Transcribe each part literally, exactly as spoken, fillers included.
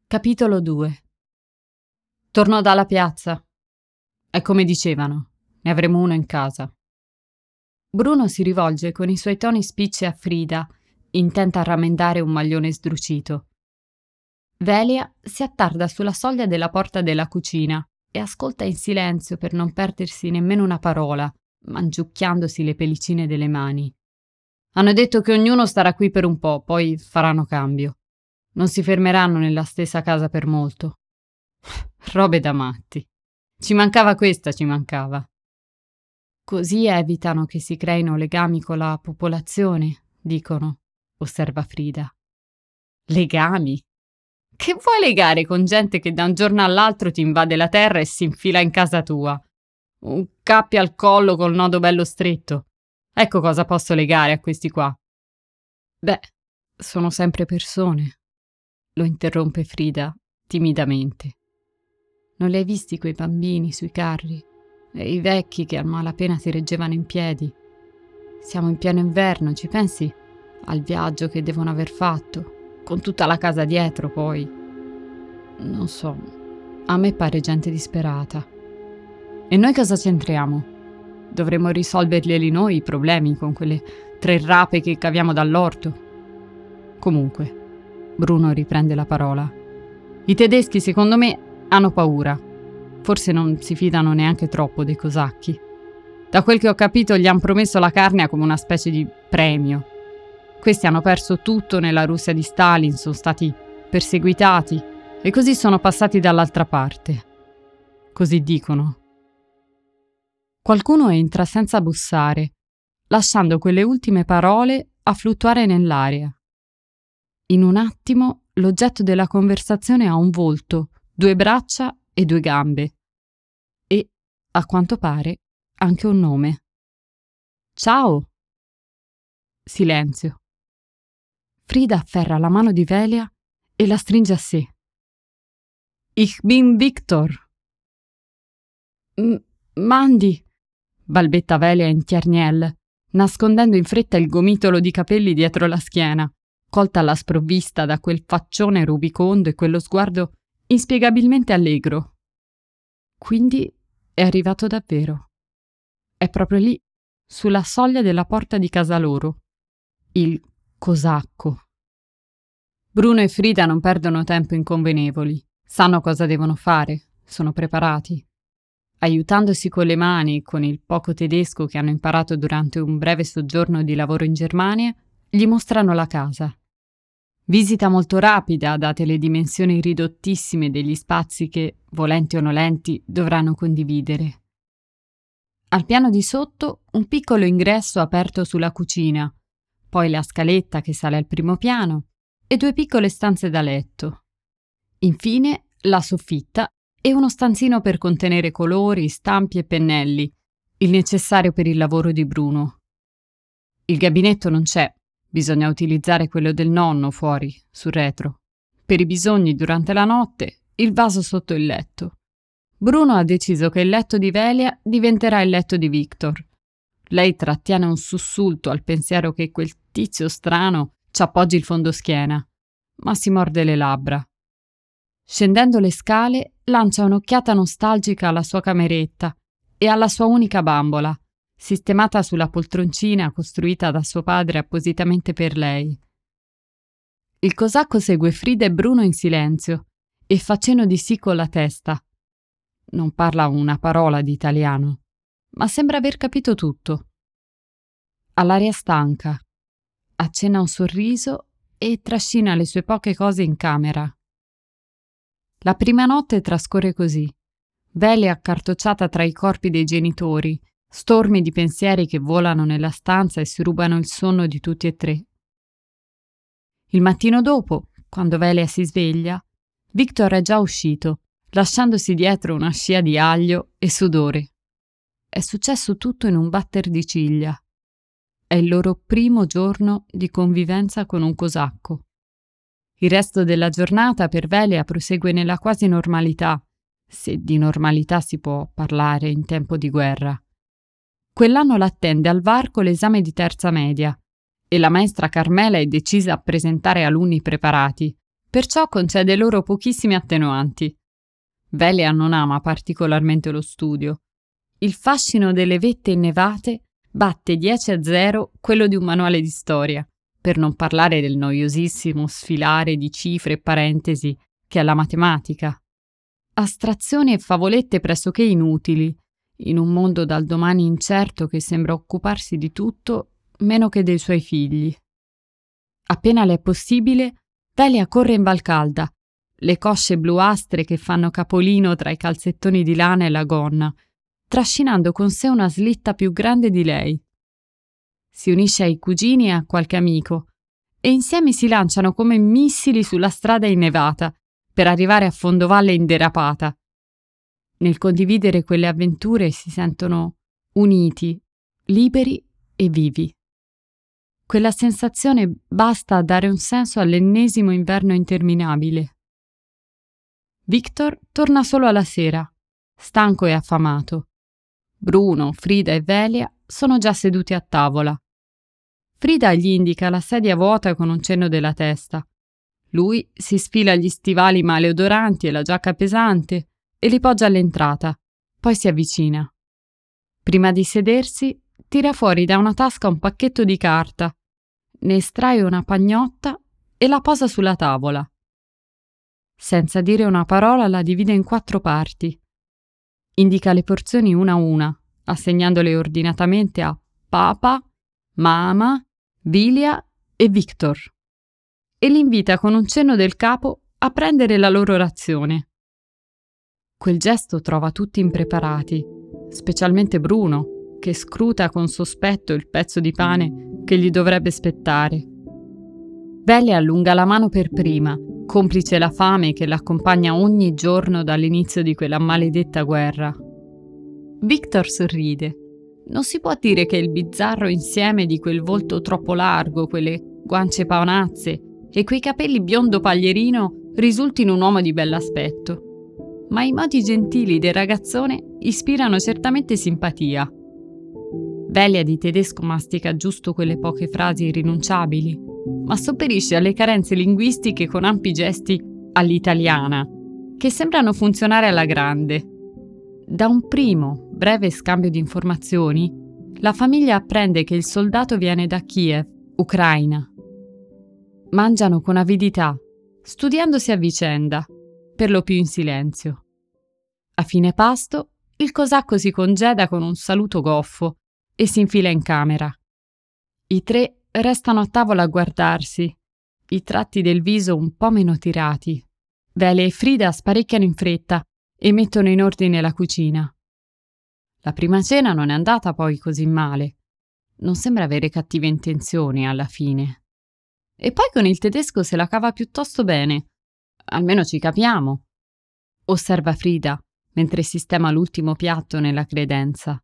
Capitolo due. Tornò dalla piazza. È come dicevano, ne avremo uno in casa. Bruno si rivolge con i suoi toni spicci a Frida, intenta a rammendare un maglione sdrucito. Velia si attarda sulla soglia della porta della cucina e ascolta in silenzio per non perdersi nemmeno una parola, mangiucchiandosi le pellicine delle mani. Hanno detto che ognuno starà qui per un po', poi faranno cambio. Non si fermeranno nella stessa casa per molto. Robe da matti. Ci mancava questa, ci mancava. Così evitano che si creino legami con la popolazione, dicono, osserva Frida. Legami? Che vuoi legare con gente che da un giorno all'altro ti invade la terra e si infila in casa tua? Un cappio al collo col nodo bello stretto. Ecco cosa posso legare a questi qua. Beh, sono sempre persone, lo interrompe Frida timidamente. Non li hai visti quei bambini sui carri e i vecchi che a malapena si reggevano in piedi? Siamo in pieno inverno, ci pensi al viaggio che devono aver fatto, con tutta la casa dietro poi? Non so, a me pare gente disperata. E noi cosa c'entriamo? Dovremmo risolverglieli noi i problemi con quelle tre rape che caviamo dall'orto. Comunque, Bruno riprende la parola. I tedeschi, secondo me, hanno paura. Forse non si fidano neanche troppo dei cosacchi. Da quel che ho capito gli hanno promesso la carne come una specie di premio. Questi hanno perso tutto nella Russia di Stalin, sono stati perseguitati e così sono passati dall'altra parte. Così dicono. Qualcuno entra senza bussare, lasciando quelle ultime parole a fluttuare nell'aria. In un attimo l'oggetto della conversazione ha un volto, due braccia e due gambe. E, a quanto pare, anche un nome. Ciao! Silenzio. Frida afferra la mano di Velia e la stringe a sé. Ich bin Victor. M- Mandi, balbetta Velia in tiernel, nascondendo in fretta il gomitolo di capelli dietro la schiena, colta alla sprovvista da quel faccione rubicondo e quello sguardo inspiegabilmente allegro. Quindi è arrivato davvero. È proprio lì, sulla soglia della porta di casa loro. Il cosacco. Bruno e Frida non perdono tempo in convenevoli. Sanno cosa devono fare, sono preparati. Aiutandosi con le mani e con il poco tedesco che hanno imparato durante un breve soggiorno di lavoro in Germania, gli mostrano la casa. Visita molto rapida, date le dimensioni ridottissime degli spazi che, volenti o nolenti, dovranno condividere. Al piano di sotto un piccolo ingresso aperto sulla cucina, poi la scaletta che sale al primo piano e due piccole stanze da letto. Infine la soffitta e uno stanzino per contenere colori, stampi e pennelli, il necessario per il lavoro di Bruno. Il gabinetto non c'è, bisogna utilizzare quello del nonno fuori, sul retro. Per i bisogni durante la notte, il vaso sotto il letto. Bruno ha deciso che il letto di Velia diventerà il letto di Victor. Lei trattiene un sussulto al pensiero che quel tizio strano ci appoggi il fondoschiena, ma si morde le labbra. Scendendo le scale, lancia un'occhiata nostalgica alla sua cameretta e alla sua unica bambola, sistemata sulla poltroncina costruita da suo padre appositamente per lei. Il cosacco segue Frida e Bruno in silenzio e fa cenno di sì con la testa. Non parla una parola di italiano, ma sembra aver capito tutto. Ha l'aria stanca, accenna un sorriso e trascina le sue poche cose in camera. La prima notte trascorre così. Velia accartocciata tra i corpi dei genitori, stormi di pensieri che volano nella stanza e si rubano il sonno di tutti e tre. Il mattino dopo, quando Velia si sveglia, Victor è già uscito, lasciandosi dietro una scia di aglio e sudore. È successo tutto in un batter di ciglia. È il loro primo giorno di convivenza con un cosacco. Il resto della giornata per Velia prosegue nella quasi normalità, se di normalità si può parlare in tempo di guerra. Quell'anno l'attende al varco l'esame di terza media e la maestra Carmela è decisa a presentare alunni preparati, perciò concede loro pochissime attenuanti. Velia non ama particolarmente lo studio. Il fascino delle vette innevate batte dieci a zero quello di un manuale di storia, per non parlare del noiosissimo sfilare di cifre e parentesi che è la matematica. Astrazioni e favolette pressoché inutili, in un mondo dal domani incerto che sembra occuparsi di tutto meno che dei suoi figli. Appena le è possibile, Velia corre in Valcalda, le cosce bluastre che fanno capolino tra i calzettoni di lana e la gonna, trascinando con sé una slitta più grande di lei. Si unisce ai cugini e a qualche amico, e insieme si lanciano come missili sulla strada innevata, per arrivare a fondovalle in derapata. Nel condividere quelle avventure si sentono uniti, liberi e vivi. Quella sensazione basta a dare un senso all'ennesimo inverno interminabile. Victor torna solo alla sera, stanco e affamato. Bruno, Frida e Velia sono già seduti a tavola. Frida gli indica la sedia vuota con un cenno della testa. Lui si sfila gli stivali maleodoranti e la giacca pesante e li poggia all'entrata, poi si avvicina. Prima di sedersi, tira fuori da una tasca un pacchetto di carta, ne estrae una pagnotta e la posa sulla tavola. Senza dire una parola la divide in quattro parti. Indica le porzioni una a una, assegnandole ordinatamente a Papa, Mama, Vilia e Victor. E li invita con un cenno del capo a prendere la loro razione. Quel gesto trova tutti impreparati, specialmente Bruno, che scruta con sospetto il pezzo di pane che gli dovrebbe spettare. Velia allunga la mano per prima, complice la fame che l'accompagna ogni giorno dall'inizio di quella maledetta guerra. Victor sorride. Non si può dire che il bizzarro insieme di quel volto troppo largo, quelle guance paonazze e quei capelli biondo paglierino risultino un uomo di bell'aspetto. Ma i modi gentili del ragazzone ispirano certamente simpatia. Velia di tedesco mastica giusto quelle poche frasi irrinunciabili, ma sopperisce alle carenze linguistiche con ampi gesti all'italiana, che sembrano funzionare alla grande. Da un primo, breve scambio di informazioni, la famiglia apprende che il soldato viene da Kiev, Ucraina. Mangiano con avidità, studiandosi a vicenda, per lo più in silenzio. A fine pasto, il cosacco si congeda con un saluto goffo e si infila in camera. I tre restano a tavola a guardarsi, i tratti del viso un po' meno tirati. Velia e Frida sparecchiano in fretta e mettono in ordine la cucina. La prima cena non è andata poi così male. Non sembra avere cattive intenzioni alla fine. E poi con il tedesco se la cava piuttosto bene. Almeno ci capiamo, osserva Frida mentre sistema l'ultimo piatto nella credenza.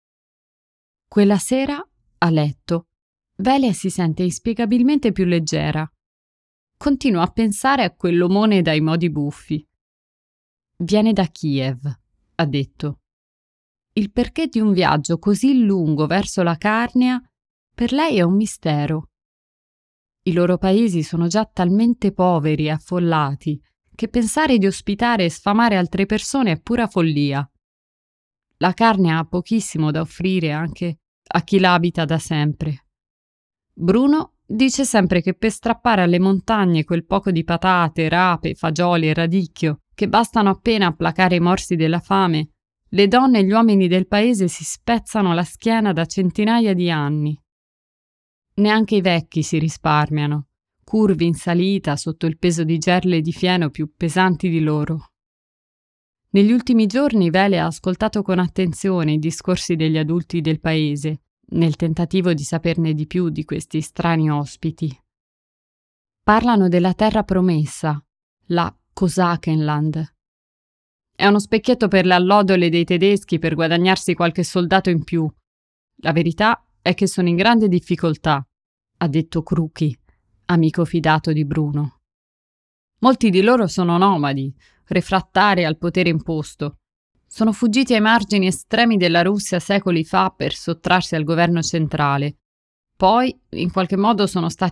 Quella sera, a letto, Velia si sente inspiegabilmente più leggera. Continua a pensare a quell'omone dai modi buffi. Viene da Kiev, ha detto. Il perché di un viaggio così lungo verso la Carnia per lei è un mistero. I loro paesi sono già talmente poveri e affollati che pensare di ospitare e sfamare altre persone è pura follia. La Carnia ha pochissimo da offrire anche a chi la abita da sempre. Bruno dice sempre che per strappare alle montagne quel poco di patate, rape, fagioli e radicchio che bastano appena a placare i morsi della fame, le donne e gli uomini del paese si spezzano la schiena da centinaia di anni. Neanche i vecchi si risparmiano, curvi in salita sotto il peso di gerle di fieno più pesanti di loro. Negli ultimi giorni Velia ha ascoltato con attenzione i discorsi degli adulti del paese, nel tentativo di saperne di più di questi strani ospiti. Parlano della terra promessa, la Kosakenland. È uno specchietto per le allodole dei tedeschi per guadagnarsi qualche soldato in più. La verità è che sono in grande difficoltà, ha detto Kruki, amico fidato di Bruno. Molti di loro sono nomadi, refrattari al potere imposto. Sono fuggiti ai margini estremi della Russia secoli fa per sottrarsi al governo centrale. Poi, in qualche modo, sono stati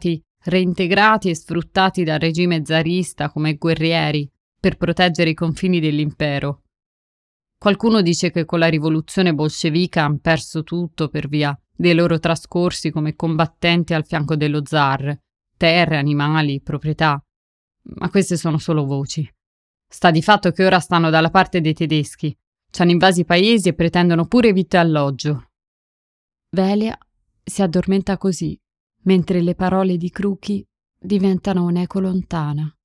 reintegrati e sfruttati dal regime zarista come guerrieri per proteggere i confini dell'impero. Qualcuno dice che con la rivoluzione bolscevica hanno perso tutto per via dei loro trascorsi come combattenti al fianco dello zar, terre, animali, proprietà. Ma queste sono solo voci. Sta di fatto che ora stanno dalla parte dei tedeschi, ci hanno invasi i paesi e pretendono pure vitto e alloggio. Velia si addormenta così, mentre le parole di Cruchy diventano un'eco lontana.